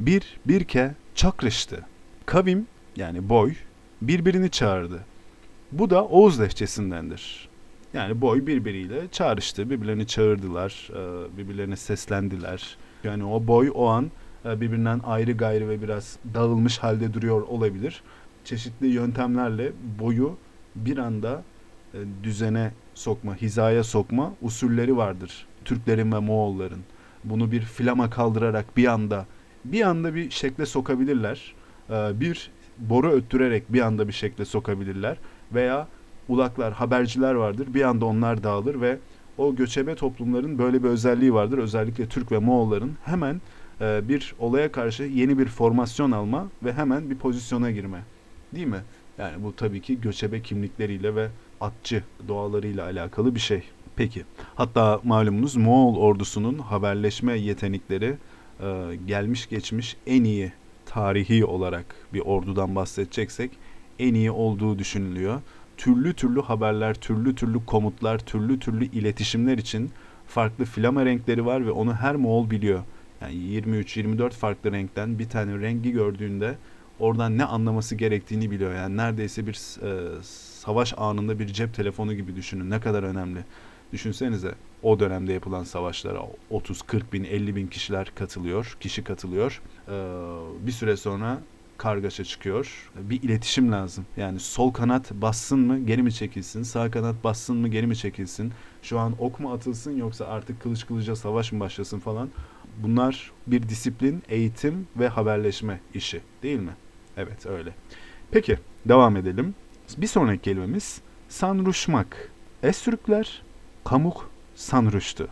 birke çakrıştı. Kavim yani boy birbirini çağırdı. Bu da Oğuz lehçesindendir. Yani boy birbiriyle çağrıştı, birbirlerini çağırdılar, birbirlerine seslendiler. Yani o boy o an birbirinden ayrı gayrı ve biraz dağılmış halde duruyor olabilir. Çeşitli yöntemlerle boyu bir anda düzene sokma, hizaya sokma usulleri vardır Türklerin ve Moğolların. Bunu bir flama kaldırarak bir anda bir şekle sokabilirler. Bir boru öttürerek bir anda bir şekle sokabilirler. Veya ulaklar, haberciler vardır. Bir anda onlar dağılır ve o göçebe toplumların böyle bir özelliği vardır. Özellikle Türk ve Moğolların hemen bir olaya karşı yeni bir formasyon alma ve hemen bir pozisyona girme. Değil mi? Yani bu tabii ki göçebe kimlikleriyle ve atçı doğalarıyla alakalı bir şey. Peki. Hatta malumunuz Moğol ordusunun haberleşme yetenekleri gelmiş geçmiş en iyi, tarihi olarak bir ordudan bahsedeceksek en iyi olduğu düşünülüyor. Türlü türlü haberler, türlü türlü komutlar, türlü türlü iletişimler için farklı flama renkleri var ve onu her Moğol biliyor. Yani 23-24 farklı renkten bir tane rengi gördüğünde oradan ne anlaması gerektiğini biliyor. Yani neredeyse bir savaş anında bir cep telefonu gibi düşünün. Ne kadar önemli. Düşünsenize o dönemde yapılan savaşlara 30-40 bin, 50 bin kişi katılıyor. Bir süre sonra kargaşa çıkıyor. Bir iletişim lazım. Yani sol kanat bassın mı, geri mi çekilsin? Sağ kanat bassın mı, geri mi çekilsin? Şu an ok mu atılsın yoksa artık kılıç kılıca savaş mı başlasın falan? Bunlar bir disiplin, eğitim ve haberleşme işi, değil mi? Evet, öyle. Peki, devam edelim. Bir sonraki kelimemiz sanruşmak. Türkler kamuk sanruştu.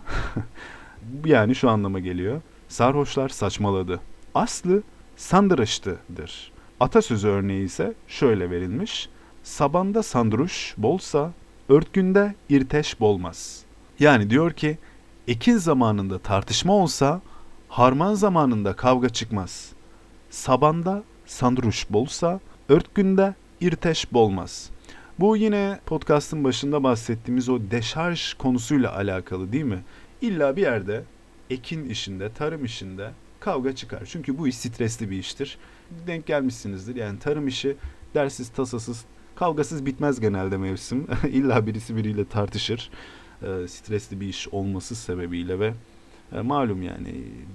Yani şu anlama geliyor. Sarhoşlar saçmaladı. Aslı sandırıştıdır. Atasözü örneği ise şöyle verilmiş: sabanda sandruş bolsa, örtgünde irteş bolmaz. Yani diyor ki, ekin zamanında tartışma olsa, harman zamanında kavga çıkmaz. Sabanda sandruş bolsa, örtgünde irteş bolmaz. Bu yine podcast'ın başında bahsettiğimiz o deşarj konusuyla alakalı, değil mi? İlla bir yerde ekin işinde, tarım işinde kavga çıkar. Çünkü bu iş stresli bir iştir. Denk gelmişsinizdir. Yani tarım işi dersiz, tasasız, kavgasız bitmez genelde mevsim. İlla birisi biriyle tartışır. Stresli bir iş olması sebebiyle ve malum yani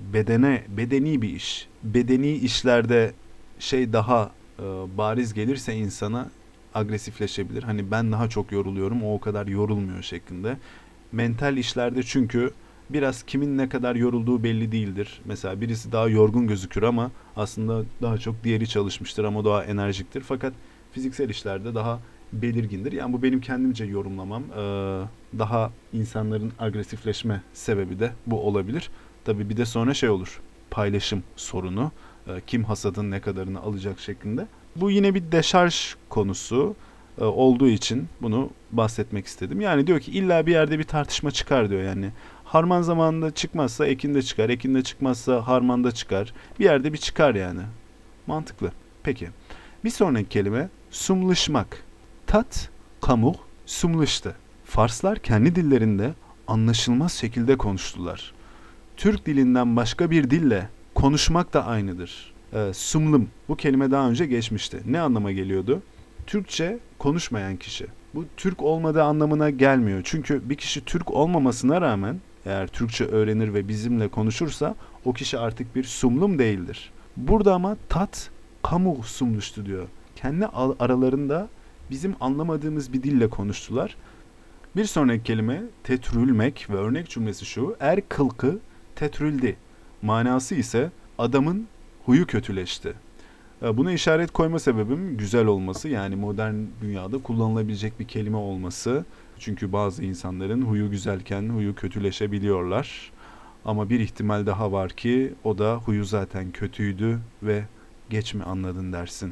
bedeni bir iş. Bedeni işlerde daha bariz gelirse insana agresifleşebilir. Hani ben daha çok yoruluyorum, o kadar yorulmuyor şeklinde. Mental işlerde çünkü biraz kimin ne kadar yorulduğu belli değildir. Mesela birisi daha yorgun gözükür ama aslında daha çok diğeri çalışmıştır ama daha enerjiktir. Fakat fiziksel işlerde daha belirgindir. Yani bu benim kendimce yorumlamam. Daha insanların agresifleşme sebebi de bu olabilir. Tabii bir de sonra olur. Paylaşım sorunu. Kim hasadın ne kadarını alacak şeklinde. Bu yine bir deşarj konusu olduğu için bunu bahsetmek istedim. Yani diyor ki illa bir yerde bir tartışma çıkar diyor yani. Harman zamanında çıkmazsa ekinde çıkar, ekinde çıkmazsa harmanda çıkar. Bir yerde bir çıkar yani. Mantıklı. Peki. Bir sonraki kelime sumlışmak. Tat, kamuk, sumlıştı. Farslar kendi dillerinde anlaşılmaz şekilde konuştular. Türk dilinden başka bir dille konuşmak da aynıdır. Sumlum. Bu kelime daha önce geçmişti. Ne anlama geliyordu? Türkçe konuşmayan kişi. Bu Türk olmadığı anlamına gelmiyor. Çünkü bir kişi Türk olmamasına rağmen eğer Türkçe öğrenir ve bizimle konuşursa o kişi artık bir sumlum değildir. Burada ama tat kamu sumluştu diyor. Kendi aralarında bizim anlamadığımız bir dille konuştular. Bir sonraki kelime tetrülmek ve örnek cümlesi şu: er kılkı tetrüldi. Manası ise adamın huyu kötüleşti. Buna işaret koyma sebebim güzel olması, yani modern dünyada kullanılabilecek bir kelime olması. Çünkü bazı insanların huyu güzelken huyu kötüleşebiliyorlar. Ama bir ihtimal daha var ki o da huyu zaten kötüydü ve geç mi anladın dersin.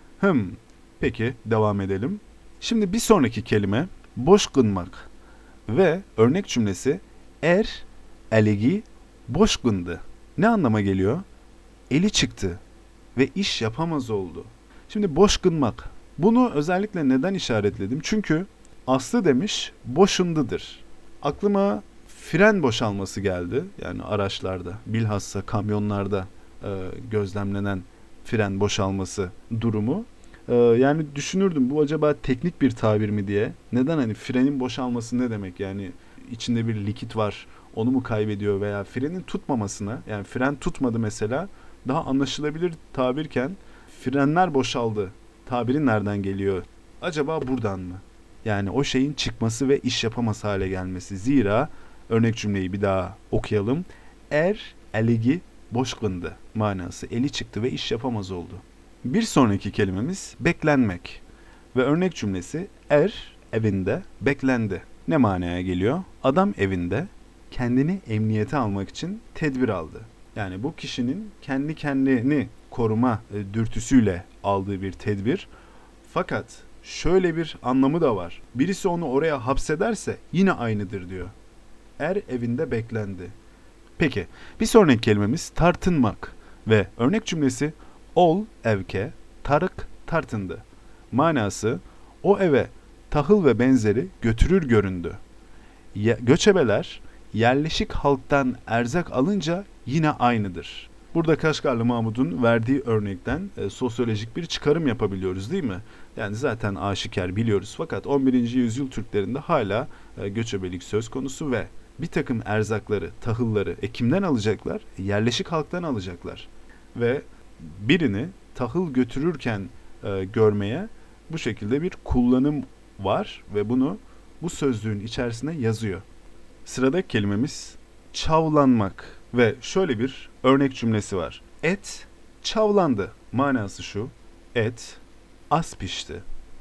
Peki devam edelim. Şimdi bir sonraki kelime boşkınmak ve örnek cümlesi er elegi boşkındı. Ne anlama geliyor? Eli çıktı ve iş yapamaz oldu. Şimdi boşkınmak. Bunu özellikle neden işaretledim? Çünkü aslı demiş boşundudır. Aklıma fren boşalması geldi. Yani araçlarda, bilhassa kamyonlarda gözlemlenen fren boşalması durumu. Yani düşünürdüm, bu acaba teknik bir tabir mi diye. Neden, hani frenin boşalması ne demek? Yani içinde bir likit var, onu mu kaybediyor, veya frenin tutmamasına, yani fren tutmadı mesela, daha anlaşılabilir tabirken frenler boşaldı tabiri nereden geliyor? Acaba buradan mı? Yani o şeyin çıkması ve iş yapamaz hale gelmesi. Zira örnek cümleyi bir daha okuyalım. Er eligi boşkındı manası. Eli çıktı ve iş yapamaz oldu. Bir sonraki kelimemiz beklenmek ve örnek cümlesi er evinde beklendi. Ne manaya geliyor? Adam evinde kendini emniyete almak için tedbir aldı. Yani bu kişinin kendi kendini koruma dürtüsüyle aldığı bir tedbir. Fakat şöyle bir anlamı da var. Birisi onu oraya hapsederse yine aynıdır diyor. Er evinde beklendi. Peki bir sonraki kelimemiz tartınmak ve örnek cümlesi ol evke tarık tartındı. Manası o eve tahıl ve benzeri götürür göründü. Göçebeler yerleşik halktan erzak alınca yine aynıdır. Burada Kaşgarlı Mahmud'un verdiği örnekten sosyolojik bir çıkarım yapabiliyoruz değil mi? Yani zaten aşikar biliyoruz, fakat 11. yüzyıl Türklerinde hala göçebelik söz konusu ve bir takım erzakları, tahılları kimden alacaklar? Yerleşik halktan alacaklar. Ve birini tahıl götürürken görmeye bu şekilde bir kullanım var ve bunu bu sözlüğün içerisine yazıyor. Sıradaki kelimemiz çavlanmak ve şöyle bir örnek cümlesi var. Et çavlandı. Manası şu: et az pişti.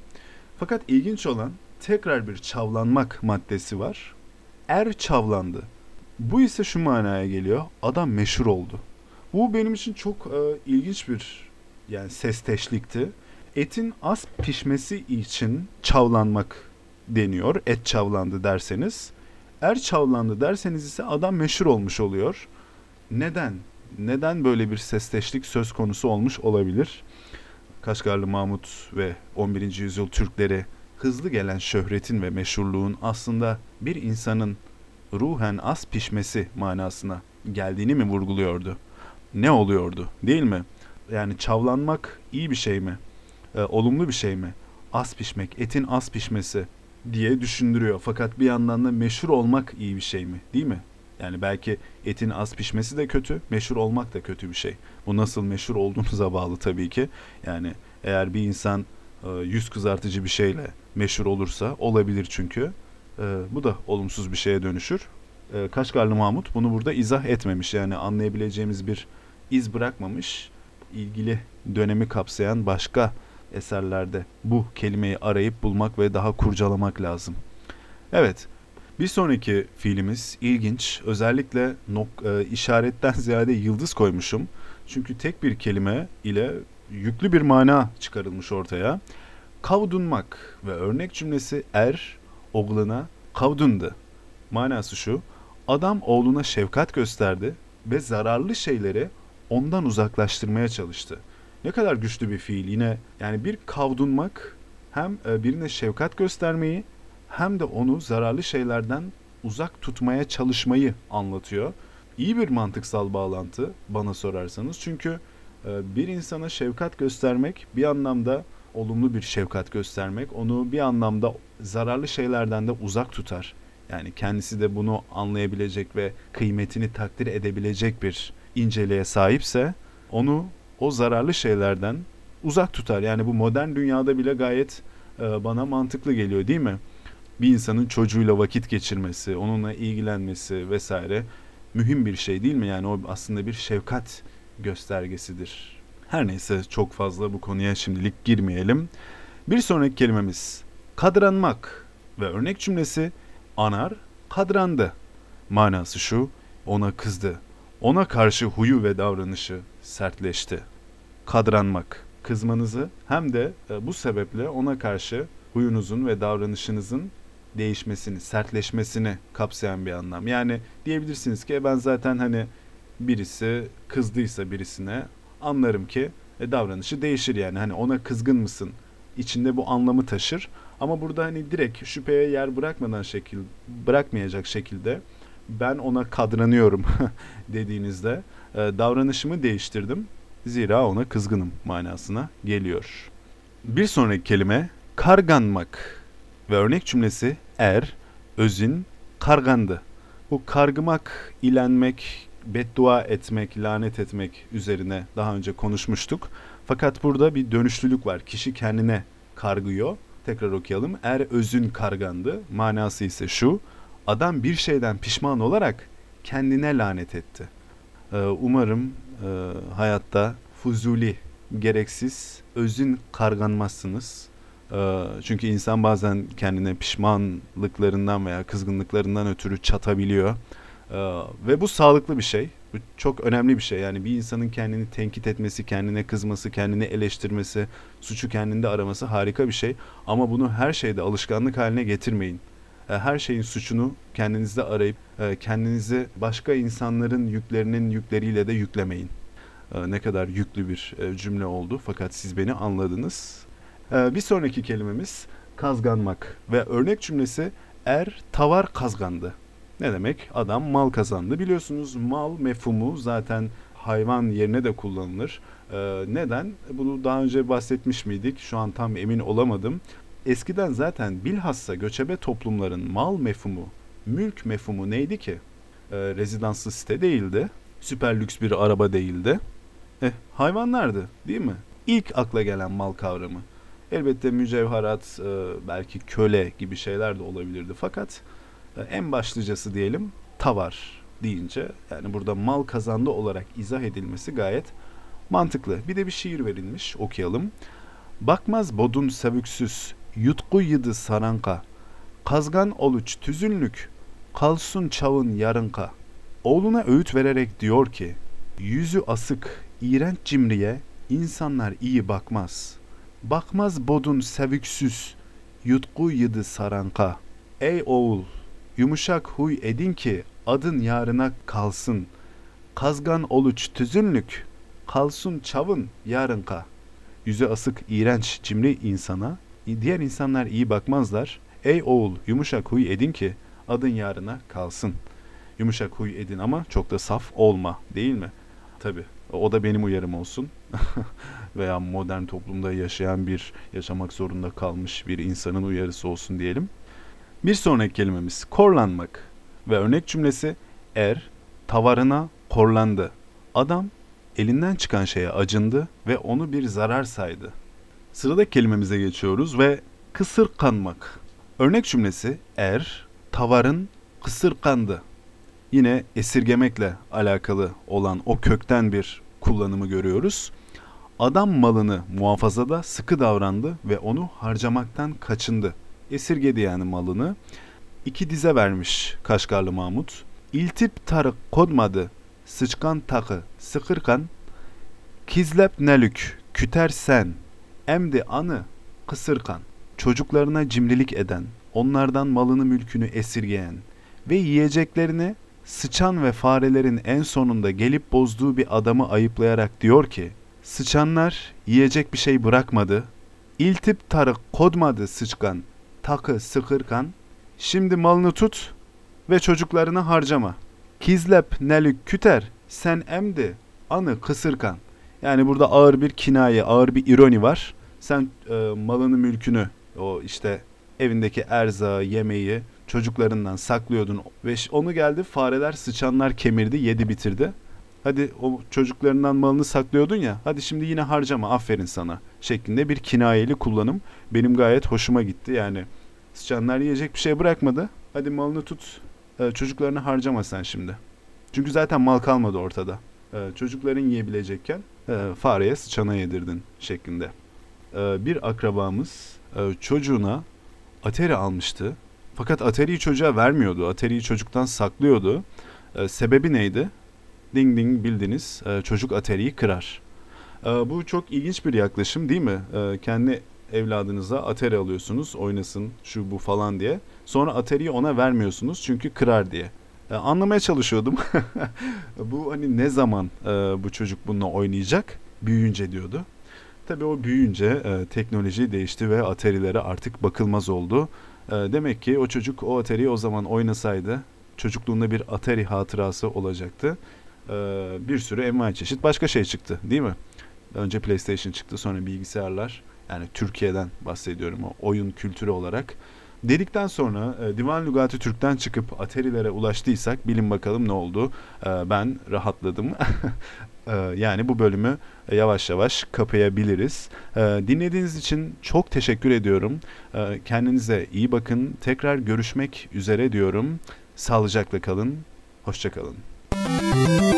Fakat ilginç olan tekrar bir çavlanmak maddesi var. Er çavlandı. Bu ise şu manaya geliyor: adam meşhur oldu. Bu benim için çok ilginç bir sesteşlikti. Etin az pişmesi için çavlanmak deniyor. Et çavlandı derseniz. Er çavlandı derseniz ise adam meşhur olmuş oluyor. Neden? Neden böyle bir sesteşlik söz konusu olmuş olabilir? Kaşgarlı Mahmut ve 11. yüzyıl Türkleri hızlı gelen şöhretin ve meşhurluğun aslında bir insanın ruhen az pişmesi manasına geldiğini mi vurguluyordu? Ne oluyordu, değil mi? Yani çavlanmak iyi bir şey mi? Olumlu bir şey mi? Az pişmek, etin az pişmesi diye düşündürüyor. Fakat bir yandan da meşhur olmak iyi bir şey mi? Değil mi? Yani belki etin az pişmesi de kötü, meşhur olmak da kötü bir şey. Bu nasıl meşhur olduğunuza bağlı tabii ki. Yani eğer bir insan yüz kızartıcı bir şeyle meşhur olursa, olabilir çünkü. Bu da olumsuz bir şeye dönüşür. Kaşgarlı Mahmut bunu burada izah etmemiş. Yani anlayabileceğimiz bir iz bırakmamış. İlgili dönemi kapsayan başka eserlerde bu kelimeyi arayıp bulmak ve daha kurcalamak lazım. Evet, bir sonraki fiilimiz ilginç. Özellikle işaretten ziyade yıldız koymuşum. Çünkü tek bir kelime ile yüklü bir mana çıkarılmış ortaya. Kavdunmak ve örnek cümlesi er oğluna kavdundu. Manası şu: adam oğluna şefkat gösterdi ve zararlı şeyleri ondan uzaklaştırmaya çalıştı. Ne kadar güçlü bir fiil yine. Yani bir kavdunmak hem birine şefkat göstermeyi hem de onu zararlı şeylerden uzak tutmaya çalışmayı anlatıyor. İyi bir mantıksal bağlantı bana sorarsanız. Çünkü bir insana şefkat göstermek bir anlamda olumlu bir şefkat göstermek, onu bir anlamda zararlı şeylerden de uzak tutar. Yani kendisi de bunu anlayabilecek ve kıymetini takdir edebilecek bir inceliğe sahipse onu o zararlı şeylerden uzak tutar. Yani bu modern dünyada bile gayet bana mantıklı geliyor, değil mi? Bir insanın çocuğuyla vakit geçirmesi, onunla ilgilenmesi vesaire mühim bir şey değil mi? Yani o aslında bir şefkat göstergesidir. Her neyse, çok fazla bu konuya şimdilik girmeyelim. Bir sonraki kelimemiz kadranmak ve örnek cümlesi Anar kadrandı. Manası şu: ona kızdı. Ona karşı huyu ve davranışı sertleşti. Kadranmak, kızmanızı hem de bu sebeple ona karşı huyunuzun ve davranışınızın değişmesini, sertleşmesini kapsayan bir anlam. Yani diyebilirsiniz ki ben zaten hani birisi kızdıysa birisine anlarım ki davranışı değişir yani. Hani ona kızgın mısın? İçinde bu anlamı taşır. Ama burada hani direkt şüpheye yer bırakmayacak şekilde ben ona kadranıyorum dediğinizde davranışımı değiştirdim. Zira ona kızgınım manasına geliyor. Bir sonraki kelime karganmak ve örnek cümlesi özün kargandı. Bu kargımak, ilenmek, beddua etmek, lanet etmek üzerine daha önce konuşmuştuk. Fakat burada bir dönüşlülük var. Kişi kendine kargıyor. Tekrar okuyalım. Özün kargandı. Manası ise şu: adam bir şeyden pişman olarak kendine lanet etti. Umarım hayatta fuzuli, gereksiz, özün karganmazsınız. Çünkü insan bazen kendine pişmanlıklarından veya kızgınlıklarından ötürü çatabiliyor. Ve bu sağlıklı bir şey. Bu çok önemli bir şey. Yani bir insanın kendini tenkit etmesi, kendine kızması, kendini eleştirmesi, suçu kendinde araması harika bir şey. Ama bunu her şeyde alışkanlık haline getirmeyin. Her şeyin suçunu kendinizde arayıp kendinizi başka insanların yükleriyle de yüklemeyin. Ne kadar yüklü bir cümle oldu, fakat siz beni anladınız. Bir sonraki kelimemiz kazganmak ve örnek cümlesi tavar kazgandı. Ne demek? Adam mal kazandı. Biliyorsunuz mal mefhumu zaten hayvan yerine de kullanılır. Neden? Bunu daha önce bahsetmiş miydik? Şu an tam emin olamadım. Eskiden zaten bilhassa göçebe toplumların mal mefhumu, mülk mefhumu neydi ki? Rezidanslı site değildi. Süper lüks bir araba değildi. Hayvanlardı, değil mi? İlk akla gelen mal kavramı. Elbette mücevherat, belki köle gibi şeyler de olabilirdi. Fakat en başlıcası diyelim tavar deyince, yani burada mal kazandı olarak izah edilmesi gayet mantıklı. Bir de bir şiir verilmiş, okuyalım. Bakmaz bodun sevüksüz, yutku yıdı saranka. Kazgan oluç tüzünlük, kalsun çavun yarınka. Oğluna öğüt vererek diyor ki, yüzü asık, iğrenç cimriye insanlar iyi bakmaz. Bakmaz bodun sevüksüz, yutku yıdı saranka. Ey oğul, yumuşak huy edin ki adın yarına kalsın. Kazgan oluç tüzünlük, kalsun çavun yarınka. Yüzü asık, iğrenç, cimri insana diğer insanlar iyi bakmazlar. Ey oğul, yumuşak huy edin ki adın yarına kalsın. Yumuşak huy edin ama çok da saf olma, değil mi? Tabii. O da benim uyarım olsun. Veya modern toplumda yaşamak zorunda kalmış bir insanın uyarısı olsun diyelim. Bir sonraki kelimemiz korlanmak ve örnek cümlesi tavarına korlandı. Adam elinden çıkan şeye acındı ve onu bir zarar saydı. Sıradaki kelimemize geçiyoruz ve kısırkanmak. Örnek cümlesi tavarın kısırkandı. Yine esirgemekle alakalı olan o kökten bir kullanımı görüyoruz. Adam malını muhafazada sıkı davrandı ve onu harcamaktan kaçındı. Esirgedi yani malını. 2 dize vermiş Kaşgarlı Mahmut. İltip tarık kodmadı, sıçkan takı sıkırkan, kizlep nelük küter sen, emdi anı kısırkan. Çocuklarına cimrilik eden, onlardan malını mülkünü esirgeyen ve yiyeceklerini sıçan ve farelerin en sonunda gelip bozduğu bir adamı ayıplayarak diyor ki, sıçanlar yiyecek bir şey bırakmadı, iltip tarık kodmadı sıçkan, takı sıkırkan, şimdi malını tut ve çocuklarını harcama. Kizlep nelük küter, sen emdi anı kısırkan. Yani burada ağır bir kinaye, ağır bir ironi var. Sen malını mülkünü, o işte evindeki erzağı, yemeği çocuklarından saklıyordun ve onu geldi fareler, sıçanlar kemirdi, yedi bitirdi. Hadi o çocuklarından malını saklıyordun ya, hadi şimdi yine harcama, aferin sana şeklinde bir kinayeli kullanım benim gayet hoşuma gitti. Yani sıçanlar yiyecek bir şey bırakmadı. Hadi malını tut, çocuklarını harcama sen şimdi. Çünkü zaten mal kalmadı ortada. Çocukların yiyebilecekken fareye sıçana yedirdin şeklinde. Bir akrabamız çocuğuna Atari almıştı. Fakat Atari'yi çocuğa vermiyordu. Atari'yi çocuktan saklıyordu. Sebebi neydi? Ding ding, bildiniz. Çocuk Atari'yi kırar. Bu çok ilginç bir yaklaşım değil mi? Kendi evladınıza Atari alıyorsunuz, oynasın şu bu falan diye. Sonra Atari'yi ona vermiyorsunuz çünkü kırar diye. Anlamaya çalışıyordum. Bu hani ne zaman bu çocuk bununla oynayacak? Büyüyünce diyordu. Tabii o büyüyünce teknoloji değişti ve Atari'lere artık bakılmaz oldu. Demek ki o çocuk o Atari'yi o zaman oynasaydı çocukluğunda bir Atari hatırası olacaktı. Bir sürü envai çeşit başka şey çıktı, değil mi? Önce PlayStation çıktı, sonra bilgisayarlar. Yani Türkiye'den bahsediyorum, o oyun kültürü olarak. Dedikten sonra Divan Lügati Türk'ten çıkıp Atari'lere ulaştıysak bilin bakalım ne oldu. Ben rahatladım. Yani bu bölümü yavaş yavaş kapayabiliriz. Dinlediğiniz için çok teşekkür ediyorum. Kendinize iyi bakın. Tekrar görüşmek üzere diyorum. Sağlıcakla kalın. Hoşça kalın.